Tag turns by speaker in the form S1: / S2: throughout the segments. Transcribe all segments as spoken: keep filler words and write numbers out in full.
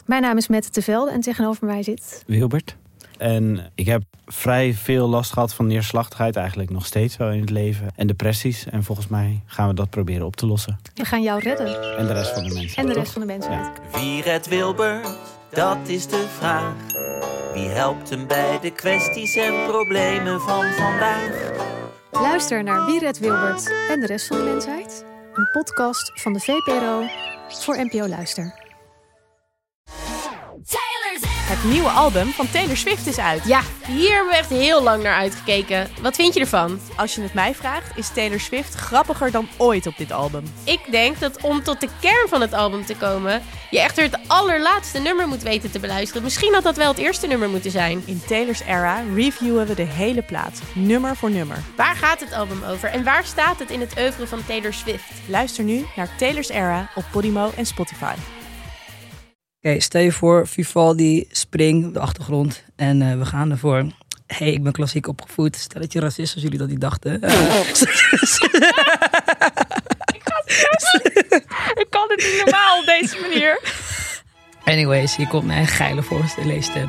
S1: Mijn naam is Mette Tevelde en tegenover mij zit...
S2: Wilbert. En ik heb vrij veel last gehad van neerslachtigheid, eigenlijk nog steeds wel in het leven. En depressies. En volgens mij gaan we dat proberen op te lossen.
S1: We gaan jou redden.
S2: En de rest van de mensen.
S1: En de
S2: toch?
S1: rest van de mensen. Ja.
S3: Wie redt Wilbert? Dat is de vraag. Wie helpt hem bij de kwesties en problemen van vandaag?
S1: Luister naar Wie redt Wilbert en de rest van de mensheid. Een podcast van de V P R O voor N P O Luister.
S4: Het nieuwe album van Taylor Swift is uit.
S5: Ja, hier hebben we echt heel lang naar uitgekeken. Wat vind je ervan?
S4: Als je het mij vraagt, is Taylor Swift grappiger dan ooit op dit album.
S5: Ik denk dat om tot de kern van het album te komen, je echt het allerlaatste nummer moet weten te beluisteren. Misschien had dat wel het eerste nummer moeten zijn.
S4: In Taylor's Era reviewen we de hele plaat, nummer voor nummer.
S5: Waar gaat het album over en waar staat het in het oeuvre van Taylor Swift?
S4: Luister nu naar Taylor's Era op Podimo en Spotify.
S6: Oké, okay, stel je voor, Vivaldi, Spring op de achtergrond en uh, we gaan ervoor. Hé, hey, ik ben klassiek opgevoed. Stel dat je racist als jullie dat niet dachten. Uh,
S4: ik kan het niet normaal op deze manier.
S6: Anyways, hier komt mijn geile voorstelleesstem.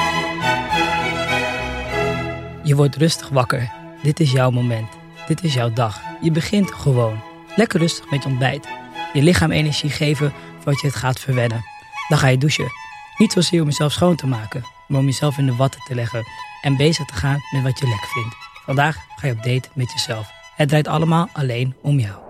S6: Je wordt rustig wakker. Dit is jouw moment. Dit is jouw dag. Je begint gewoon. Lekker rustig met je ontbijt. Je lichaam energie geven voordat je het gaat verwennen. Dan ga je douchen. Niet zozeer om jezelf schoon te maken, maar om jezelf in de watten te leggen en bezig te gaan met wat je lekker vindt. Vandaag ga je op date met jezelf. Het draait allemaal alleen om jou.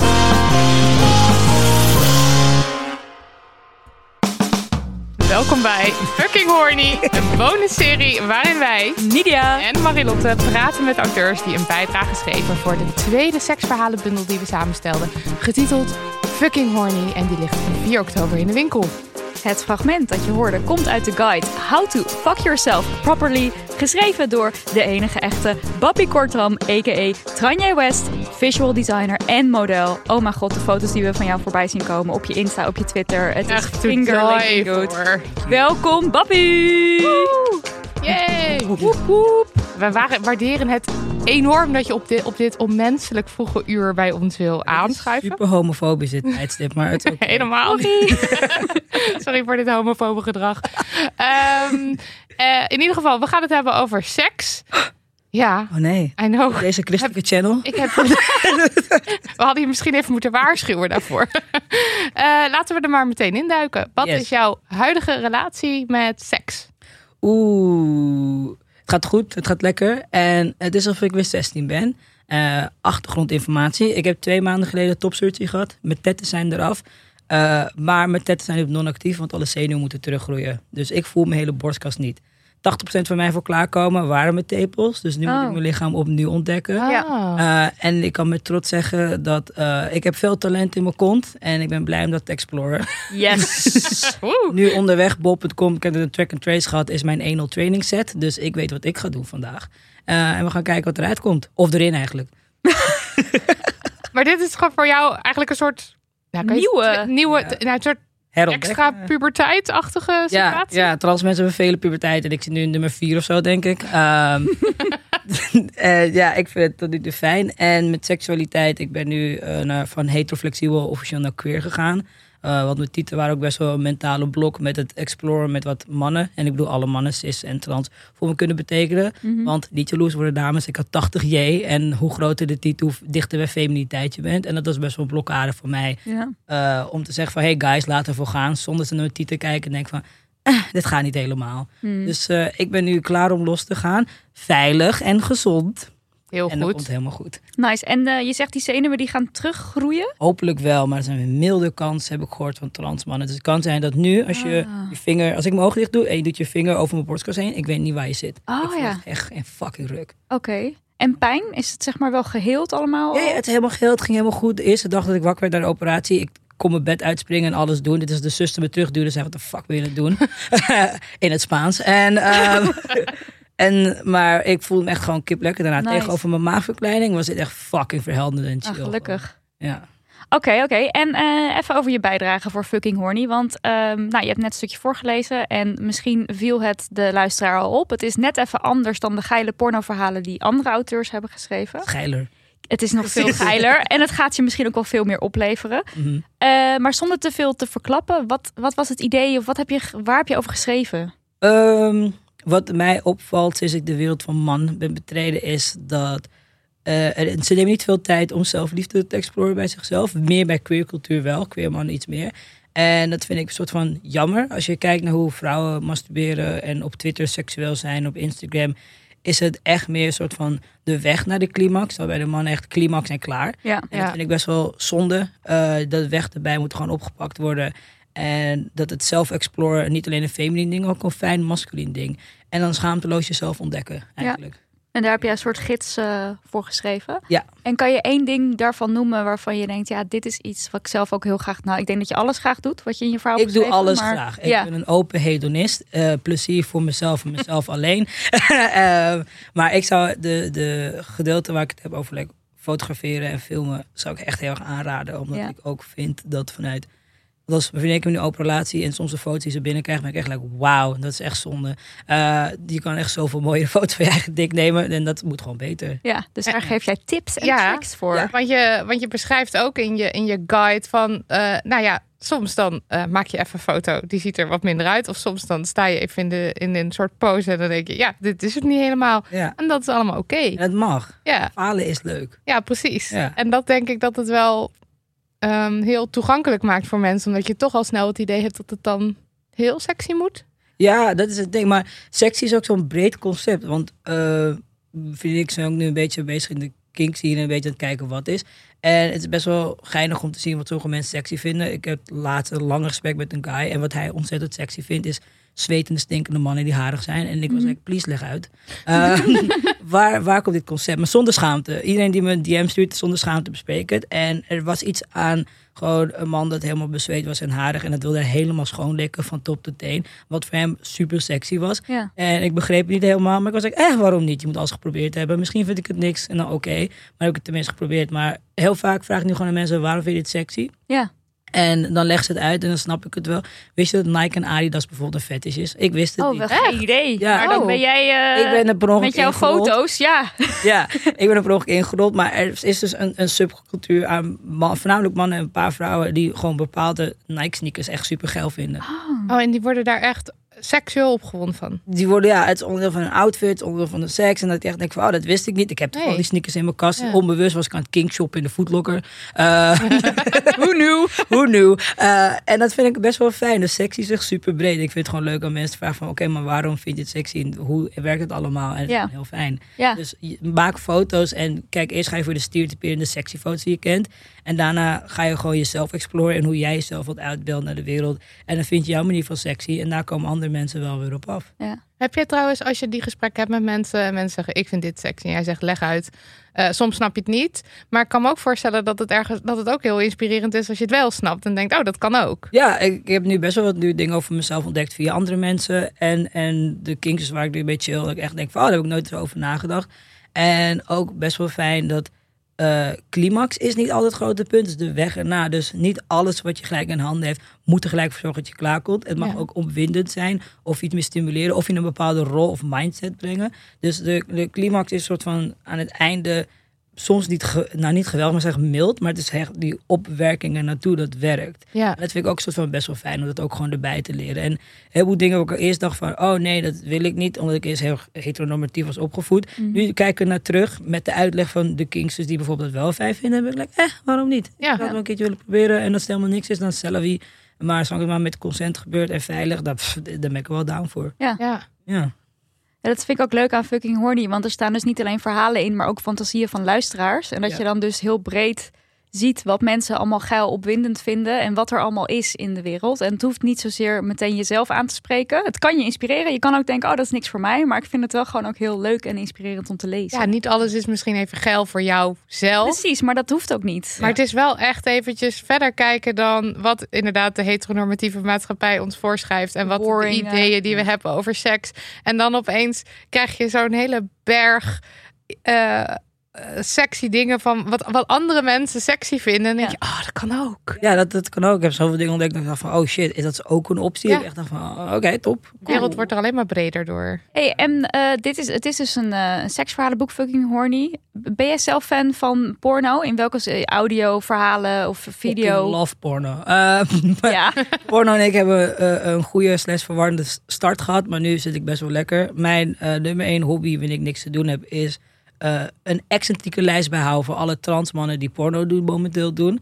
S7: Welkom bij Fucking Horny, een bonusserie waarin wij, Nidia en Marilotte, praten met auteurs die een bijdrage schreven voor de tweede seksverhalenbundel die we samenstelden, getiteld Fucking Horny, en die ligt op vier oktober in de winkel.
S8: Het fragment dat je hoorde komt uit de guide How to Fuck Yourself Properly, geschreven door de enige echte Bappie Kortram, a k a. Tranje West, visual designer en model. Oh mijn god, de foto's die we van jou voorbij zien komen op je Insta, op je Twitter. Het
S7: Echt
S8: is fingerlicking good.
S7: voor.
S8: Welkom, Bappie!
S7: Woe! Yay! Woep, woep. We waren, waarderen het enorm dat je op dit, op dit onmenselijk vroege uur bij ons wil aanschuiven.
S6: Super homofobisch dit tijdstip, maar het is ook...
S7: Helemaal niet. Sorry voor dit homofobe gedrag. Um, uh, in ieder geval, we gaan het hebben over seks. Ja.
S6: Oh nee.
S7: I know.
S6: Deze christelijke channel.
S7: Ik heb... We hadden je misschien even moeten waarschuwen daarvoor. Uh, laten we er maar meteen induiken. Wat
S6: Yes.
S7: is jouw huidige relatie met seks?
S6: Oeh, het gaat goed, het gaat lekker. En het is alsof ik weer zestien ben. Uh, achtergrondinformatie. Ik heb twee maanden geleden topsurgery gehad. Mijn tetten zijn eraf. Uh, maar mijn tetten zijn nu non-actief, want alle zenuwen moeten teruggroeien. Dus ik voel mijn hele borstkast niet. tachtig procent van mij voor klaarkomen waren mijn tepels. Dus nu
S8: oh.
S6: moet ik mijn lichaam opnieuw ontdekken.
S7: Ah.
S6: Uh, en ik kan met trots zeggen dat uh, ik heb veel talent in mijn kont. En ik ben blij om dat te exploren.
S8: Yes!
S6: Nu onderweg, bol punt com, ik heb een track and trace gehad, is mijn anal training set. Dus ik weet wat ik ga doen vandaag. Uh, en we gaan kijken wat eruit komt. Of erin eigenlijk.
S7: Maar dit is gewoon voor jou eigenlijk een soort... Nou, kan je-
S8: Nieuwe.
S7: nieuwe
S6: Ja.
S7: nou, een soort
S6: Herontdekken.
S7: extra puberteit-achtige
S6: Ja,
S7: situatie.
S6: ja, trans mensen hebben vele puberteit. En ik zit nu in nummer vier of zo, denk ik. Um, uh, ja, ik vind het tot nu toe fijn. En met seksualiteit, ik ben nu uh, naar, van heteroflexibel officieel naar queer gegaan. Uh, want mijn tieten waren ook best wel een mentale blok met het exploren met wat mannen. En ik bedoel alle mannen, cis en trans, voor me kunnen betekenen.
S8: Mm-hmm.
S6: Want niet jaloers worden dames. Ik had tachtig J. En hoe groter de titel, hoe dichter bij feminiteit je bent. En dat was best wel een blokkade voor mij.
S8: Ja.
S6: Uh, om te zeggen van, hey guys, laten we voor gaan. Zonder ze naar mijn titel kijken en denk van, eh, dit gaat niet helemaal.
S8: Hmm.
S6: Dus uh, ik ben nu klaar om los te gaan. Veilig en gezond.
S7: Heel
S6: En dat
S7: goed.
S6: komt helemaal goed.
S8: Nice. En uh, je zegt die zenuwen die gaan teruggroeien?
S6: Hopelijk wel, maar er zijn een milde kans, heb ik gehoord van transmannen. Dus het kan zijn dat nu, als je
S8: Ah.
S6: je vinger, als ik mijn ogen dicht doe en je doet je vinger over mijn borstkas heen, ik weet niet waar je zit.
S8: Oh,
S6: ik voel
S8: ja.
S6: het echt een fucking ruk.
S8: Oké. Okay. En pijn? Is het zeg maar wel geheeld allemaal?
S6: Ja, ja, het is helemaal geel, het ging helemaal goed. De eerste dag dat ik wakker werd naar de operatie, ik kon mijn bed uitspringen en alles doen. Dit is de zuster me terugduwde, zei, wat de fuck wil je het doen? In het Spaans. En... Um, En, maar ik voelde me echt gewoon kip lekker daarna.
S8: Nice.
S6: Tegenover mijn maagverkleining was dit echt fucking verhelderend en
S8: Ah,
S6: chill.
S8: gelukkig.
S6: Ja.
S8: Oké, okay, oké. Okay. En uh, even over je bijdrage voor Fucking Horny. Want um, nou, je hebt net een stukje voorgelezen. En misschien viel het de luisteraar al op. Het is net even anders dan de geile pornoverhalen die andere auteurs hebben geschreven.
S6: Geiler.
S8: Het is nog veel geiler. En het gaat je misschien ook wel veel meer opleveren.
S6: Mm-hmm.
S8: Uh, maar zonder te veel te verklappen. Wat, wat was het idee? Of wat heb je, waar heb je over geschreven?
S6: Um, wat mij opvalt sinds ik de wereld van man ben betreden is dat uh, er, ze nemen niet veel tijd om zelfliefde te exploren bij zichzelf. Meer bij queercultuur wel, queer mannen iets meer. En dat vind ik een soort van jammer. Als je kijkt naar hoe vrouwen masturberen en op Twitter seksueel zijn, op Instagram, is het echt meer een soort van de weg naar de climax. Terwijl bij de mannen echt climax en klaar.
S8: Ja.
S6: En
S8: ja.
S6: dat vind ik best wel zonde. Uh, dat weg erbij moet gewoon opgepakt worden. En dat het self-exploren niet alleen een feminine ding, ook een fijn masculin ding. En dan schaamteloos jezelf ontdekken eigenlijk.
S8: Ja. En daar heb jij een soort gids uh, voor geschreven.
S6: Ja.
S8: En kan je één ding daarvan noemen waarvan je denkt, ja, dit is iets wat ik zelf ook heel graag... Nou, ik denk dat je alles graag doet, wat je in je verhaal
S6: Ik doe alles
S8: maar,
S6: graag. Ik
S8: ja.
S6: ben een open hedonist. Uh, plezier voor mezelf en mezelf alleen. uh, maar ik zou de, de gedeelte waar ik het heb over like, fotograferen en filmen, zou ik echt heel erg aanraden. Omdat
S8: ja.
S6: ik ook vind dat vanuit... Als mijn vriendin in een open relatie en soms de foto's die ze binnenkrijgt, ben ik echt like, wauw, dat is echt zonde. Uh, je kan echt zoveel mooie foto's van je eigen dik nemen en dat moet gewoon beter.
S8: Ja, dus daar geef jij tips en
S7: ja,
S8: tricks voor.
S7: Ja. Want, je, want je beschrijft ook in je, in je guide van, uh, nou ja, soms dan uh, maak je even een foto, die ziet er wat minder uit. Of soms dan sta je even in, de, in een soort pose en dan denk je, ja, dit is het niet helemaal.
S6: Ja.
S7: En dat is allemaal oké. Okay.
S6: Het mag.
S7: Ja.
S6: Falen is leuk.
S7: Ja, precies.
S6: Ja.
S7: En dat denk ik dat het wel um, heel toegankelijk maakt voor mensen. Omdat je toch al snel het idee hebt dat het dan heel sexy moet.
S6: Ja, dat is het ding. Maar sexy is ook zo'n breed concept. Want uh, vind ik zijn ook nu een beetje bezig in de kinks hier en een beetje aan het kijken wat is. En het is best wel geinig om te zien wat sommige mensen sexy vinden. Ik heb laatst een lang gesprek met een guy. En wat hij ontzettend sexy vindt is zwetende, stinkende mannen die harig zijn. En ik was like, please leg uit. Uh, waar, waar komt dit concept? Maar zonder schaamte. Iedereen die me een D M stuurt, zonder schaamte bespreek het. En er was iets aan gewoon een man dat helemaal bezweet was en harig. En dat wilde hij helemaal schoonlikken van top tot teen. Wat voor hem super sexy was.
S8: Ja.
S6: En ik begreep het niet helemaal. Maar ik was like, eh, waarom niet? Je moet alles geprobeerd hebben. Misschien vind ik het niks en dan oké. Okay. Maar heb ik het tenminste geprobeerd. Maar heel vaak vraag ik nu gewoon aan mensen, waarom vind je dit sexy?
S8: Ja.
S6: En dan legt ze het uit en dan snap ik het wel. Wist je dat Nike en Adidas bijvoorbeeld een fetish is? Ik wist het
S8: oh,
S6: niet.
S8: Oh, wel geen idee. Ja. Maar dan ben jij uh,
S6: ik ben er per ongeluk
S8: met jouw
S6: ingerold.
S8: foto's, ja.
S6: Ja, ik ben er per ongeluk ingerold. Maar er is dus een, een subcultuur aan man, voornamelijk mannen en een paar vrouwen die gewoon bepaalde Nike sneakers echt super geil vinden.
S7: Oh, oh en die worden daar echt seksueel opgewonden van.
S6: Die worden, ja, het is onderdeel van hun outfit, onderdeel van de seks. En dat ik echt denk van, oh, dat wist ik niet. Ik heb toch
S7: nee.
S6: al die sneakers in mijn kast.
S7: Ja.
S6: Onbewust was ik aan het kinkshoppen in de Footlocker. Uh,
S8: Who knew?
S6: Who knew? Uh, en dat vind ik best wel fijn. De sexy is echt super breed. Ik vind het gewoon leuk aan mensen te vragen van, oké, okay, maar waarom vind je het sexy? En hoe werkt het allemaal? En
S8: ja.
S6: dat is heel fijn.
S8: Ja.
S6: Dus maak foto's en kijk, eerst ga je voor de stereotyperende sexy foto's die je kent. En daarna ga je gewoon jezelf exploren en hoe jij jezelf wilt uitbeelden naar de wereld. En dan vind je jouw manier van sexy. En daar komen andere mensen wel weer op af.
S8: Ja.
S7: Heb je trouwens, als je die gesprekken hebt met mensen en mensen zeggen, ik vind dit sexy en jij zegt, leg uit. Uh, soms snap je het niet. Maar ik kan me ook voorstellen dat het, ergens, dat het ook heel inspirerend is als je het wel snapt en denkt, oh, dat kan ook.
S6: Ja, ik, ik heb nu best wel wat nieuwe dingen over mezelf ontdekt via andere mensen. En, en de kinks waar ik nu een beetje chill, dat ik echt denk van, oh, daar heb ik nooit over nagedacht. En ook best wel fijn dat Uh, climax is niet altijd het grote punt. Het is de weg erna. Dus niet alles wat je gelijk in handen heeft moet er gelijk voor zorgen dat je klaarkomt. Het mag ja. ook opwindend zijn of iets meer stimuleren of in een bepaalde rol of mindset brengen. Dus de, de climax is een soort van aan het einde soms niet, ge, nou niet geweldig, maar zeg mild. Maar het is echt die opwerking er naartoe dat werkt.
S7: Ja.
S6: En dat vind ik ook een soort van best wel fijn om dat ook gewoon erbij te leren. En heel veel dingen waar ik eerst dacht van, oh nee, dat wil ik niet. Omdat ik eerst heel heteronormatief was opgevoed. Mm-hmm. Nu kijken we naar terug met de uitleg van de kinksters die bijvoorbeeld wel fijn vinden. Dan ben ik like, eh, waarom niet?
S7: Ja.
S6: Ik had wel een keertje willen proberen. En als het helemaal niks is, dan zelf wie. Maar zolang het maar met consent gebeurt en veilig, daar, pff, daar ben ik er wel down voor.
S8: Ja.
S7: Ja.
S6: Ja.
S8: Ja, dat vind ik ook leuk aan Fucking Horny. Want er staan dus niet alleen verhalen in, maar ook fantasieën van luisteraars. En dat ja. je dan dus heel breed ziet wat mensen allemaal geil opwindend vinden en wat er allemaal is in de wereld. En het hoeft niet zozeer meteen jezelf aan te spreken. Het kan je inspireren. Je kan ook denken, oh, dat is niks voor mij. Maar ik vind het wel gewoon ook heel leuk en inspirerend om te lezen.
S7: Ja, niet alles is misschien even geil voor jou zelf.
S8: Precies, maar dat hoeft ook niet.
S7: Maar ja. het is wel echt eventjes verder kijken dan wat inderdaad de heteronormatieve maatschappij ons voorschrijft. En wat Boring, de ideeën die we hebben over seks. En dan opeens krijg je zo'n hele berg Uh, uh, sexy dingen van wat, wat andere mensen sexy vinden. En dan denk je, oh, dat kan ook.
S6: Ja, dat, dat kan ook. Ik heb zoveel dingen ontdekt dat ik dacht van, oh shit, is dat ook een optie?
S7: Ja.
S6: Ik echt dacht van, oh, oké, okay, top.
S7: De wereld wordt er alleen maar breder door.
S8: Hey, en uh, dit is, het is dus een uh, seksverhalenboek, Fucking Horny. Ben jij zelf fan van porno? In welke audio, verhalen of video?
S6: Ik love porno. Uh,
S8: ja.
S6: Porno en ik hebben uh, een goede slash verwarrende start gehad, maar nu zit ik best wel lekker. Mijn uh, nummer één hobby, wanneer ik niks te doen heb, is uh, een excentrieke lijst bijhouden voor alle transmannen die porno doen, momenteel doen.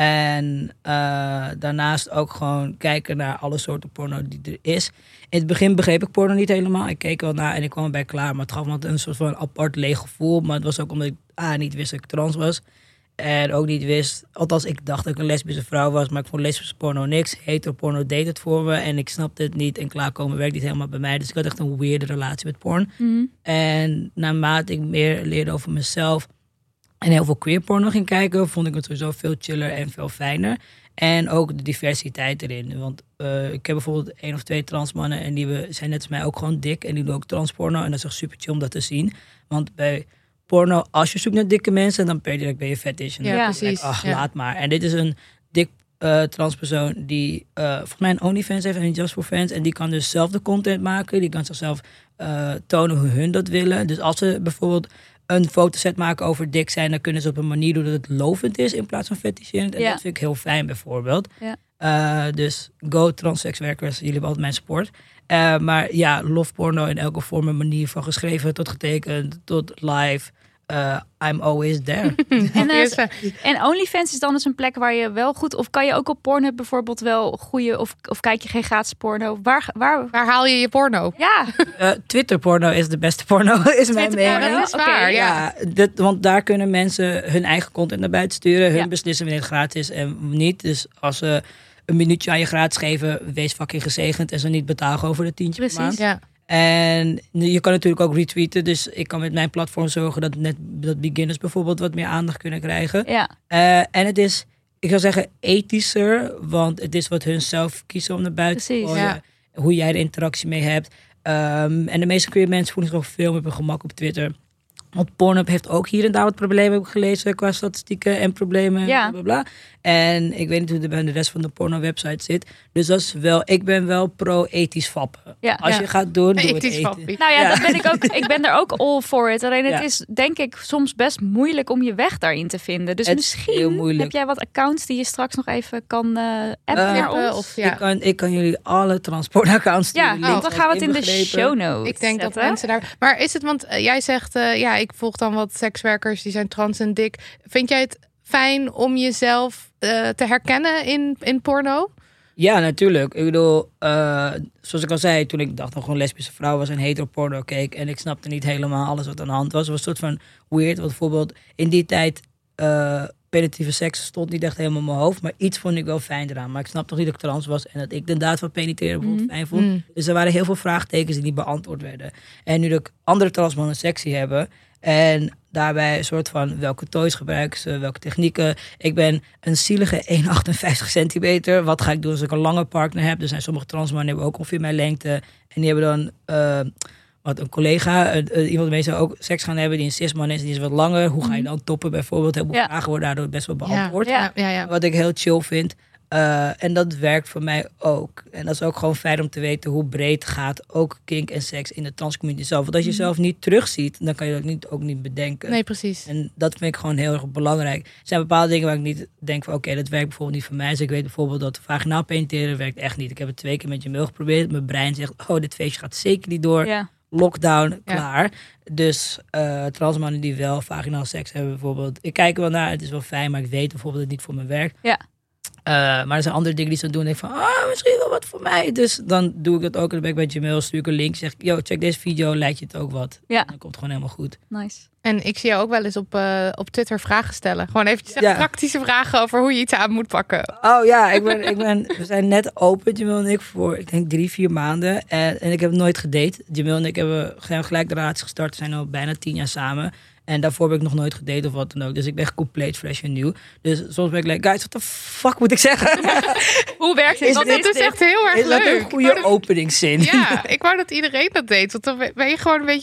S6: En uh, daarnaast ook gewoon kijken naar alle soorten porno die er is. In het begin begreep ik porno niet helemaal. Ik keek wel naar en ik kwam erbij klaar. Maar het gaf me een soort van apart leeg gevoel. Maar het was ook omdat ik ah, niet wist dat ik trans was. En ook niet wist, althans ik dacht dat ik een lesbische vrouw was. Maar ik vond lesbische porno niks. Hetero-porno deed het voor me. En ik snapte het niet. En klaarkomen werkt niet helemaal bij mij. Dus ik had echt een weirde relatie met porn.
S8: Mm.
S6: En naarmate ik meer leerde over mezelf en heel veel queer porno ging kijken, vond ik het sowieso veel chiller en veel fijner. En ook de diversiteit erin. Want uh, ik heb bijvoorbeeld één of twee transmannen en die zijn net als mij ook gewoon dik. En die doen ook transporno. En dat is echt super chill om dat te zien. Want bij porno, als je zoekt naar dikke mensen, dan per direct ben je fetish. En
S7: ja,
S6: dan
S7: precies.
S6: Ach,
S7: ja.
S6: laat maar. En dit is een dik uh, transpersoon die uh, volgens mij een OnlyFans heeft en niet Just for Fans. En die kan dus zelf de content maken. Die kan zichzelf uh, tonen hoe hun dat willen. Dus als ze bijvoorbeeld een fotoset maken over dik zijn, dan kunnen ze op een manier doen dat het lovend is in plaats van fetischerend. En
S8: ja.
S6: dat vind ik heel fijn bijvoorbeeld.
S8: Ja.
S6: Uh, dus go transsekswerkers, jullie hebben altijd mijn support. Uh, maar ja, love porno in elke vorm en manier, van geschreven tot getekend, tot live. Uh, I'm always there.
S8: en, uh, en OnlyFans is dan dus een plek waar je wel goed, of kan je ook op Pornhub bijvoorbeeld wel goede, of, of kijk je geen gratis porno? Waar, waar,
S7: waar haal je je porno?
S8: Ja.
S6: Uh, Twitter porno is de beste porno, is mijn mening.
S7: Dat is waar, okay, ja.
S6: ja dit, want daar kunnen mensen hun eigen content naar buiten sturen. Hun ja. beslissen wanneer het gratis is en niet. Dus als ze een minuutje aan je gratis geven, wees fucking gezegend en ze niet betalen over de tientje per maand.
S7: Ja.
S6: En je kan natuurlijk ook retweeten. Dus ik kan met mijn platform zorgen dat net dat beginners bijvoorbeeld wat meer aandacht kunnen krijgen.
S8: Ja.
S6: Uh, en het is, ik zou zeggen, ethischer. Want het is wat hun zelf kiezen om naar buiten te gooien. Ja. Hoe jij er interactie mee hebt. Um, en de meeste queer mensen voelen zich ook veel meer op hun gemak op Twitter. Want Pornhub heeft ook hier en daar wat problemen, heb ik gelezen, qua statistieken en problemen.
S8: Ja.
S6: Bla, bla, bla. En ik weet niet hoe het bij de rest van de porno-website zit. Dus dat is wel, ik ben wel pro-ethisch fappen. Ja. Als ja. je gaat doen, doe
S7: ethisch
S6: het eten.
S8: Nou ja, ja. Dat ben ik, ook, ik ben er ook all for it. Alleen het
S6: ja.
S8: is denk ik soms best moeilijk om je weg daarin te vinden. Dus
S6: het
S8: misschien heb jij wat accounts die je straks nog even kan uh, appen uh, naar ons.
S7: Of, ja.
S6: ik, kan, ik kan jullie alle transportaccounts
S8: sturen. Ja, oh, dan gaan we het in de show notes.
S7: Ik denk
S8: zetten.
S7: dat mensen daar... Maar is het, want uh, jij zegt, uh, ja, ik volg dan wat sekswerkers, die zijn trans en dik. Vind jij het fijn om jezelf uh, te herkennen in, in porno?
S6: Ja, natuurlijk. Ik bedoel, uh, zoals ik al zei, toen ik dacht dat gewoon lesbische vrouw was en hetero-porno keek en ik snapte niet helemaal alles wat aan de hand was. Het was een soort van weird, want bijvoorbeeld in die tijd uh, penetratieve seks stond niet echt helemaal in mijn hoofd, maar iets vond ik wel fijn eraan. Maar ik snap toch niet dat ik trans was en dat ik de daad van penetreren bijvoorbeeld mm. fijn vond. Mm. Dus er waren heel veel vraagtekens die niet beantwoord werden. En nu dat ik andere transmannen sexy hebben en daarbij een soort van welke toys gebruiken ze, welke technieken. Ik ben een zielige één komma achtenvijftig centimeter. Wat ga ik doen als ik een lange partner heb? Er zijn sommige transmannen die hebben ook ongeveer mijn lengte. En die hebben dan uh, wat een collega, uh, uh, iemand mee zou ook seks gaan hebben die een cisman is en die is wat langer. Hoe ga je dan toppen bijvoorbeeld? Heel veel ja. vragen worden daardoor best wel beantwoord.
S8: Ja.
S7: Ja, ja.
S6: Wat ik heel chill vind. Uh, en dat werkt voor mij ook. En dat is ook gewoon fijn om te weten hoe breed gaat ook kink en seks in de transcommunity zelf. Want als je jezelf niet terugziet, dan kan je dat niet, ook niet bedenken.
S7: Nee, precies.
S6: En dat vind ik gewoon heel erg belangrijk. Er zijn bepaalde dingen waar ik niet denk van oké, okay, dat werkt bijvoorbeeld niet voor mij. Dus ik weet bijvoorbeeld dat vaginaal penetreren werkt echt niet. Ik heb het twee keer met je mail geprobeerd. Mijn brein zegt, oh, dit feestje gaat zeker niet door. Ja. Lockdown, klaar. Ja. Dus uh, transmannen die wel vaginaal seks hebben bijvoorbeeld. Ik kijk er wel naar, het is wel fijn, maar ik weet bijvoorbeeld dat het niet voor me werkt.
S8: Ja.
S6: Uh, maar er zijn andere dingen die ze doen. En ik van, ah, misschien wel wat voor mij. Dus dan doe ik dat ook. En dan ben ik bij Jamil, stuur ik een link. Zeg ik, yo, check deze video, lijkt je het ook wat.
S8: Ja.
S6: Dan komt het gewoon helemaal goed.
S8: Nice.
S7: En ik zie jou ook wel eens op, uh, op Twitter vragen stellen. Gewoon eventjes
S6: ja.
S7: praktische vragen over hoe je iets aan moet pakken.
S6: Oh ja, ik ben, ik ben, we zijn net open, Jamil en ik, voor ik denk drie, vier maanden. En, en ik heb nooit gedate. Jamil en ik hebben gelijk de relatie gestart. We zijn al bijna tien jaar samen. En daarvoor heb ik nog nooit gedate of wat dan ook. Dus ik ben compleet fresh en nieuw. Dus soms ben ik like, guys, wat de fuck moet ik zeggen?
S8: Hoe werkt het?
S7: Is dit is, is echt heel erg
S6: is
S7: leuk.
S6: Is dat een goede openingszin?
S7: Ja, ik wou dat iedereen dat deed. Want dan ben je gewoon een beetje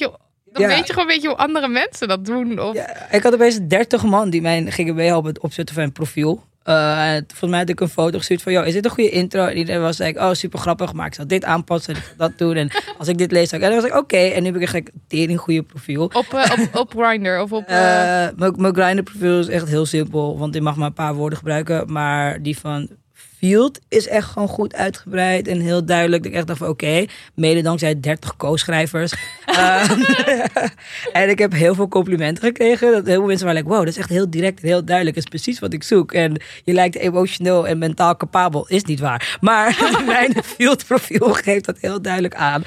S7: Dan
S9: Ja.
S7: weet je gewoon een beetje hoe andere mensen dat doen. Of...
S6: Ja, ik had opeens dertig man die mij gingen meehelpen met het opzetten van een profiel. Uh, volgens mij had ik een foto gestuurd van, joh, is dit een goede intro? En iedereen was like, oh, super grappig, maar ik zal dit aanpassen en ik zal dat doen. En als ik dit lees, dan was ik, oké. Okay. En nu heb ik echt een tering goede profiel.
S7: Op, uh, op, op Grindr of op... Uh...
S6: Uh, mijn Grindr profiel is echt heel simpel, want je mag maar een paar woorden gebruiken. Maar die van Field is echt gewoon goed uitgebreid en heel duidelijk. Dat ik echt dacht van, oké, okay, mede dankzij dertig co-schrijvers. uh, en ik heb heel veel complimenten gekregen. Dat heel veel mensen waren like, wow, dat is echt heel direct en heel duidelijk. Dat is precies wat ik zoek. En je lijkt emotioneel en mentaal capabel. Is niet waar. Maar mijn Field profiel geeft dat heel duidelijk aan.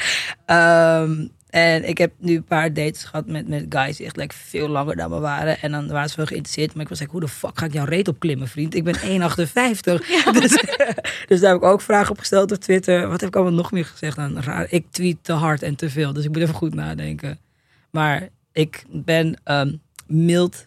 S6: Um, En ik heb nu een paar dates gehad met, met guys die echt like, veel langer dan me waren. En dan waren ze wel geïnteresseerd. Maar ik was like, hoe de fuck ga ik jouw reet opklimmen, vriend? Ik ben één komma achtenvijftig. Ja. Dus, dus daar heb ik ook vragen op gesteld op Twitter. Wat heb ik allemaal nog meer gezegd? Dan, raar. Ik tweet te hard en te veel. Dus ik moet even goed nadenken. Maar ik ben um, mild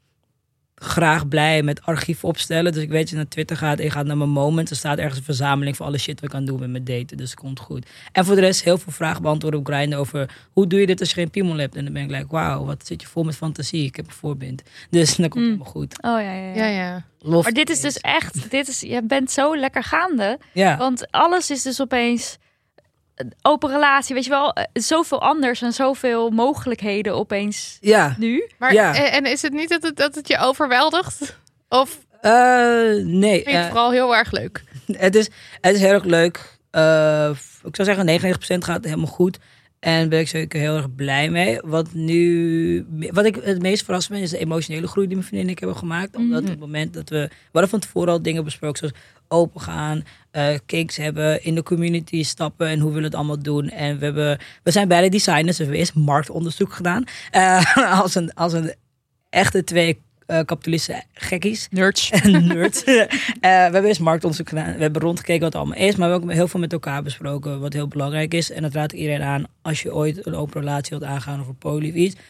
S6: graag blij met archief opstellen. Dus ik weet dat je naar Twitter gaat en je gaat naar mijn moments. Er staat ergens een verzameling van alle shit wat ik kan doen met mijn daten. Dus het komt goed. En voor de rest heel veel vragen beantwoorden op Grindr over hoe doe je dit als je geen piemel hebt. En dan ben ik like, wauw, wat zit je vol met fantasie. Ik heb een voorbeeld. Dus dan komt het mm. helemaal goed.
S8: Oh ja, ja, ja.
S7: ja, ja.
S8: Lof maar dit is dus echt, dit is, je bent zo lekker gaande.
S6: Ja.
S8: Want alles is dus opeens een open relatie, weet je wel, zoveel anders en zoveel mogelijkheden opeens
S6: ja.
S8: nu.
S7: Maar
S6: ja.
S7: En is het niet dat het, dat het je overweldigt? Of
S6: uh, nee.
S7: vind je het uh, vooral heel erg leuk?
S6: Het is, het is heel erg leuk. Uh, ik zou zeggen negenennegentig procent gaat helemaal goed. En ben ik zeker heel erg blij mee. Wat nu, wat ik het meest verrast ben, is de emotionele groei die mijn vriendin en ik hebben gemaakt. Omdat mm-hmm. op het moment dat we, we hadden van tevoren al dingen besproken, zoals open gaan, uh, kinks hebben, in de community stappen en hoe willen we het allemaal doen. En we hebben, we zijn beide designers, dus we hebben eerst marktonderzoek gedaan. Uh, als een, als een echte twee Uh, kapitalistische gekkies.
S8: Nerds.
S6: Nerds. uh, we hebben eerst marktonderzoek gedaan. We hebben rondgekeken wat het allemaal is. Maar we hebben ook heel veel met elkaar besproken. Wat heel belangrijk is. En dat raad ik iedereen aan. Als je ooit een open relatie wilt aangaan of een poly of iets.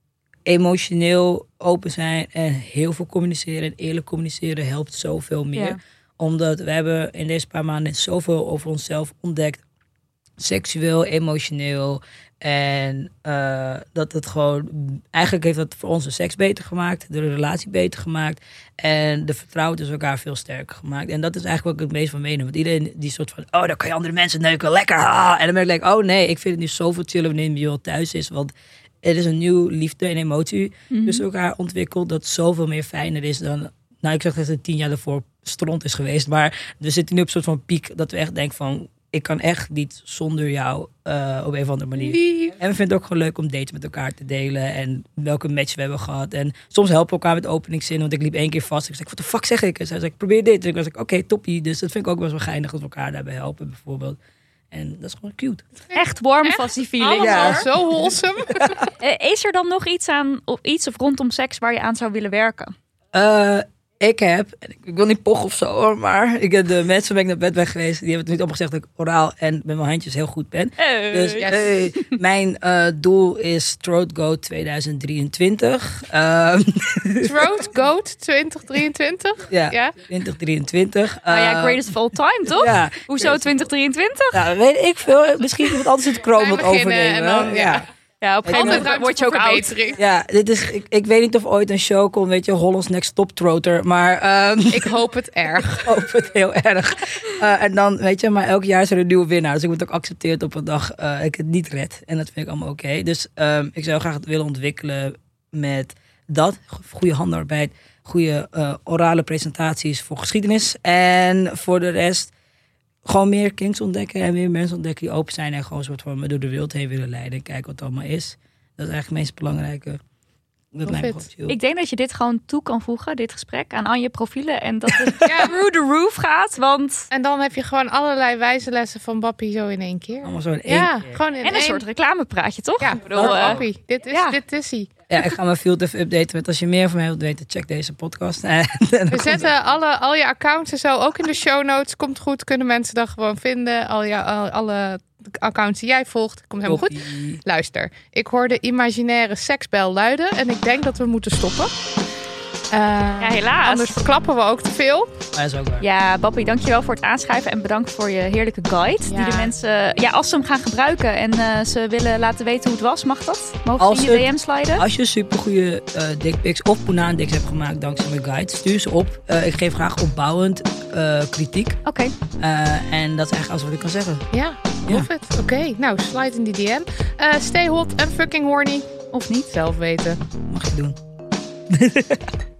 S6: Emotioneel open zijn. En heel veel communiceren. En eerlijk communiceren helpt zoveel meer. Ja. Omdat we hebben in deze paar maanden zoveel over onszelf ontdekt. Seksueel, emotioneel. En uh, dat het gewoon... Eigenlijk heeft dat voor ons de seks beter gemaakt. De relatie beter gemaakt. En de vertrouwen tussen elkaar veel sterker gemaakt. En dat is eigenlijk wat ik het meest van meeneem. Want iedereen die soort van... Oh, dan kan je andere mensen neuken. Lekker. Ah. En dan ben ik like, oh nee, ik vind het nu zoveel chiller wanneer je al thuis is. Want er is een nieuw liefde en emotie mm-hmm. tussen elkaar ontwikkeld. Dat zoveel meer fijner is dan... Nou, ik zeg dat het tien jaar ervoor stront is geweest. Maar we zitten nu op een soort van piek. Dat we echt denken van... Ik kan echt niet zonder jou uh, op een of andere manier. Lief. En we vinden het ook gewoon leuk om dates met elkaar te delen. En welke match we hebben gehad. En soms helpen we elkaar met openingszinnen. Want ik liep één keer vast. Ik zei, wat de fuck zeg ik? En zij zei, ik probeer dit. En ik was like, oké, okay, toppie. Dus dat vind ik ook best wel geinig als we elkaar daarbij helpen bijvoorbeeld. En dat is gewoon cute.
S8: Echt warm vast die feeling.
S7: Ja, zo wholesome.
S8: Is er dan nog iets aan, of iets of rondom seks waar je aan zou willen werken?
S6: Uh, Ik heb, ik wil niet pochen of zo hoor, maar ik heb de mensen waar ik naar bed ben geweest, die hebben het niet allemaal gezegd dat ik oraal en met mijn handjes heel goed ben.
S8: Hey,
S6: dus
S8: yes.
S6: hey, mijn uh, doel is Throat Goat tweeduizend drieëntwintig. Um,
S7: Throat Goat tweeduizend drieëntwintig?
S6: Ja, ja, twintig drieëntwintig.
S8: Nou ja, greatest of all time, toch? Ja, Hoezo twintig drieëntwintig?
S6: Ja, weet ik veel. Misschien iemand anders het kroon wat overnemen.
S7: En dan, ja.
S6: ja.
S8: Ja, op een gegeven moment word je ook oud.
S6: Ja, dit is, ik, ik weet niet of ooit een show komt, weet je, Holland's Next Top Throater, maar... Um,
S7: ik hoop het erg.
S6: Ik hoop het heel erg. Uh, en dan, weet je, maar elk jaar is er een nieuwe winnaar. Dus ik moet ook accepteren op een dag uh, ik het niet red. En dat vind ik allemaal oké. Okay. Dus um, ik zou graag het willen ontwikkelen met dat. Goede handarbeid, goede uh, orale presentaties voor geschiedenis. En voor de rest... Gewoon meer kinks ontdekken en meer mensen ontdekken die open zijn en gewoon een soort van me door de wereld heen willen leiden en kijken wat het allemaal is. Dat is eigenlijk het meest belangrijke. Dat lijkt me gewoon chill.
S8: Ik denk dat je dit gewoon toe kan voegen, dit gesprek, aan al je profielen en dat het ja. through the roof gaat, want...
S7: En dan heb je gewoon allerlei wijze lessen van Bappie zo in één keer.
S6: Allemaal zo in één
S7: ja,
S6: keer.
S7: Gewoon in
S8: en een
S7: één...
S8: soort reclamepraatje, toch?
S7: Ja,
S8: ik bedoel, uh,
S7: Bappie, dit is, ja. dit is hij.
S6: Ja, ik ga mijn field even updaten met als je meer van mij wilt weten, check deze podcast.
S7: We zetten alle, al je accounts en zo ook in de show notes. Komt goed, kunnen mensen dat gewoon vinden. Al je, al, alle accounts die jij volgt, komt helemaal goed. Luister, ik hoorde imaginaire seksbel luiden en ik denk dat we moeten stoppen. Uh,
S8: ja, helaas.
S7: Anders verklappen we ook te veel.
S6: Ja, dat is ook waar.
S8: Ja, Bappie, dankjewel voor het aanschrijven en bedankt voor je heerlijke guide. Ja. Die de mensen, ja, als ze hem gaan gebruiken en uh, ze willen laten weten hoe het was, mag dat? Mogen
S6: als
S8: ze in je D M sliden?
S6: Als je supergoeie uh, dickpics of Poenaan-dicks hebt gemaakt dankzij mijn guide, stuur ze op. Uh, ik geef graag opbouwend uh, kritiek.
S8: Oké. Okay.
S6: Uh, en dat is eigenlijk alles wat ik kan zeggen.
S7: Ja, love ja. it. Oké, okay. Nou, slide in die D M. Uh, stay hot en fucking horny. Of niet, zelf weten.
S6: Mag je doen.